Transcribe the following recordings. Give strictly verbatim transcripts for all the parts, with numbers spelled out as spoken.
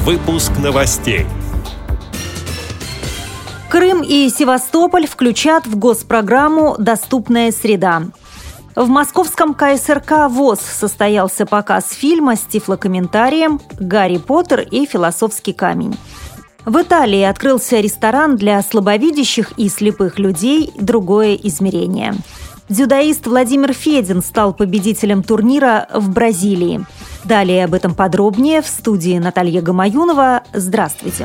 Выпуск новостей. Крым и Севастополь включат в госпрограмму «Доступная среда». В московском ка эс эр ка ВОС состоялся показ фильма с тифлокомментарием «Гарри Поттер и философский камень». В Италии открылся ресторан для слабовидящих и слепых людей «Другое измерение». Дзюдоист Владимир Федин стал победителем турнира в Бразилии. Далее об этом подробнее в студии Наталья Гамаюнова. Здравствуйте.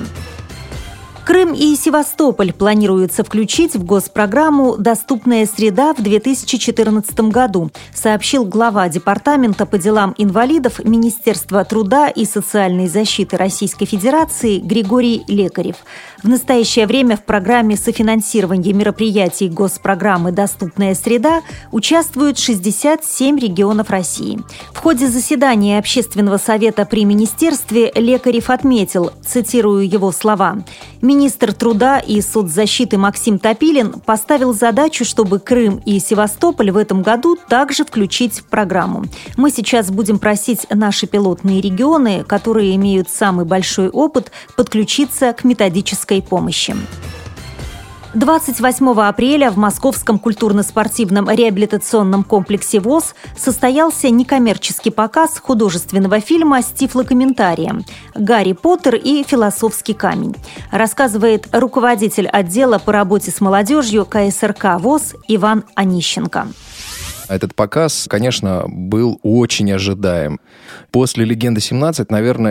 Крым и Севастополь планируется включить в госпрограмму «Доступная среда» в две тысячи четырнадцатом году, сообщил глава Департамента по делам инвалидов Министерства труда и социальной защиты Российской Федерации Григорий Лекарев. В настоящее время в программе софинансирования мероприятий госпрограммы «Доступная среда» участвуют шестьдесят семь регионов России. В ходе заседания Общественного совета при Министерстве Лекарев отметил, цитирую его слова, «Министр труда и соцзащиты Максим Топилин поставил задачу, чтобы Крым и Севастополь в этом году также включить в программу. Мы сейчас будем просить наши пилотные регионы, которые имеют самый большой опыт, подключиться к методической помощи». двадцать восьмого апреля в Московском культурно-спортивном реабилитационном комплексе ВОС состоялся некоммерческий показ художественного фильма с тифлокомментарием «Гарри Поттер и философский камень», рассказывает руководитель отдела по работе с молодежью ка эс эр ка ВОС Иван Онищенко. Этот показ, конечно, был очень ожидаем. После «Легенды семнадцать», наверное,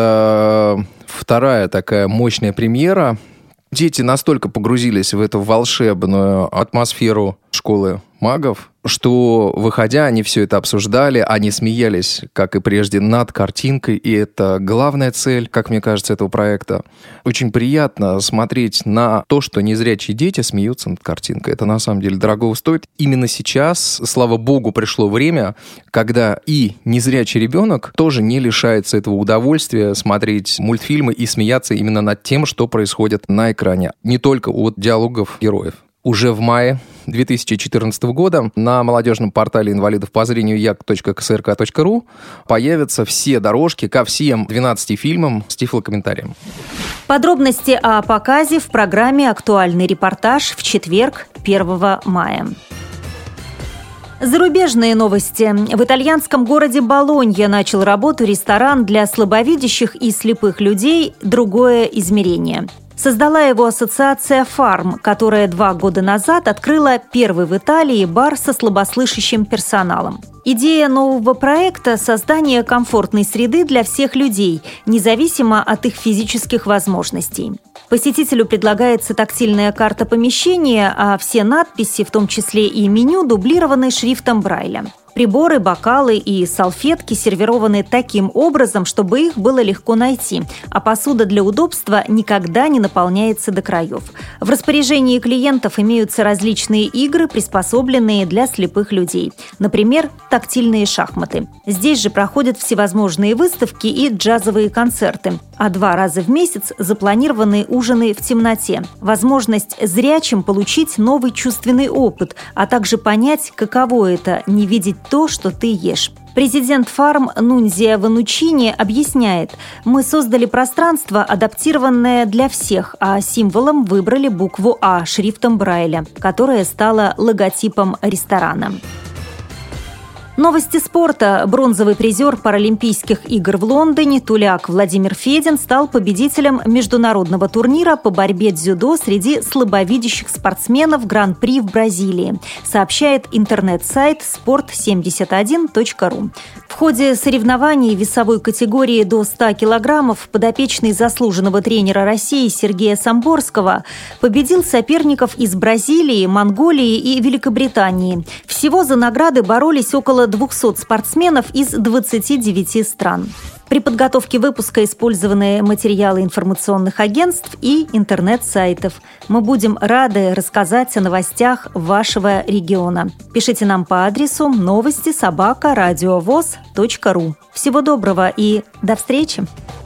это вторая такая мощная премьера. Дети настолько погрузились в эту волшебную атмосферу школы магов, что, выходя, они все это обсуждали, они смеялись, как и прежде, над картинкой, и это главная цель, как мне кажется, этого проекта. Очень приятно смотреть на то, что незрячие дети смеются над картинкой. Это, на самом деле, дорого стоит. Именно сейчас, слава богу, пришло время, когда и незрячий ребенок тоже не лишается этого удовольствия смотреть мультфильмы и смеяться именно над тем, что происходит на экране. Не только от диалогов героев. Уже в мае две тысячи четырнадцатого года на молодежном портале инвалидов по зрению як точка ка эс эр ка точка ру появятся все дорожки ко всем двенадцати фильмам с тифлокомментарием. Подробности о показе в программе «Актуальный репортаж» в четверг, первого мая. Зарубежные новости. В итальянском городе Болонья начал работу ресторан для слабовидящих и слепых людей «Другое измерение». Создала его ассоциация «Фарм», которая два года назад открыла первый в Италии бар со слабослышащим персоналом. Идея нового проекта – создание комфортной среды для всех людей, независимо от их физических возможностей. Посетителю предлагается тактильная карта помещения, а все надписи, в том числе и меню, дублированы шрифтом Брайля. Приборы, бокалы и салфетки сервированы таким образом, чтобы их было легко найти, а посуда для удобства никогда не наполняется до краев. В распоряжении клиентов имеются различные игры, приспособленные для слепых людей. Например, тактильные шахматы. Здесь же проходят всевозможные выставки и джазовые концерты, а два раза в месяц запланированы ужины в темноте. Возможность зрячим получить новый чувственный опыт, а также понять, каково это – не видеть то, что ты ешь. Президент «Фарм» Нунзия Ванучини объясняет: «Мы создали пространство, адаптированное для всех, а символом выбрали букву «А» шрифтом Брайля, которая стала логотипом ресторана». Новости спорта. Бронзовый призер Паралимпийских игр в Лондоне туляк Владимир Федин стал победителем международного турнира по борьбе дзюдо среди слабовидящих спортсменов Гран-при в Бразилии, сообщает интернет-сайт спорт семьдесят один точка ру. В ходе соревнований весовой категории до ста килограммов подопечный заслуженного тренера России Сергея Самборского победил соперников из Бразилии, Монголии и Великобритании. Всего за награды боролись около двухсот спортсменов из двадцати девяти стран. При подготовке выпуска использованы материалы информационных агентств и интернет-сайтов. Мы будем рады рассказать о новостях вашего региона. Пишите нам по адресу новости собака радиовоз точка ру. Всего доброго и до встречи!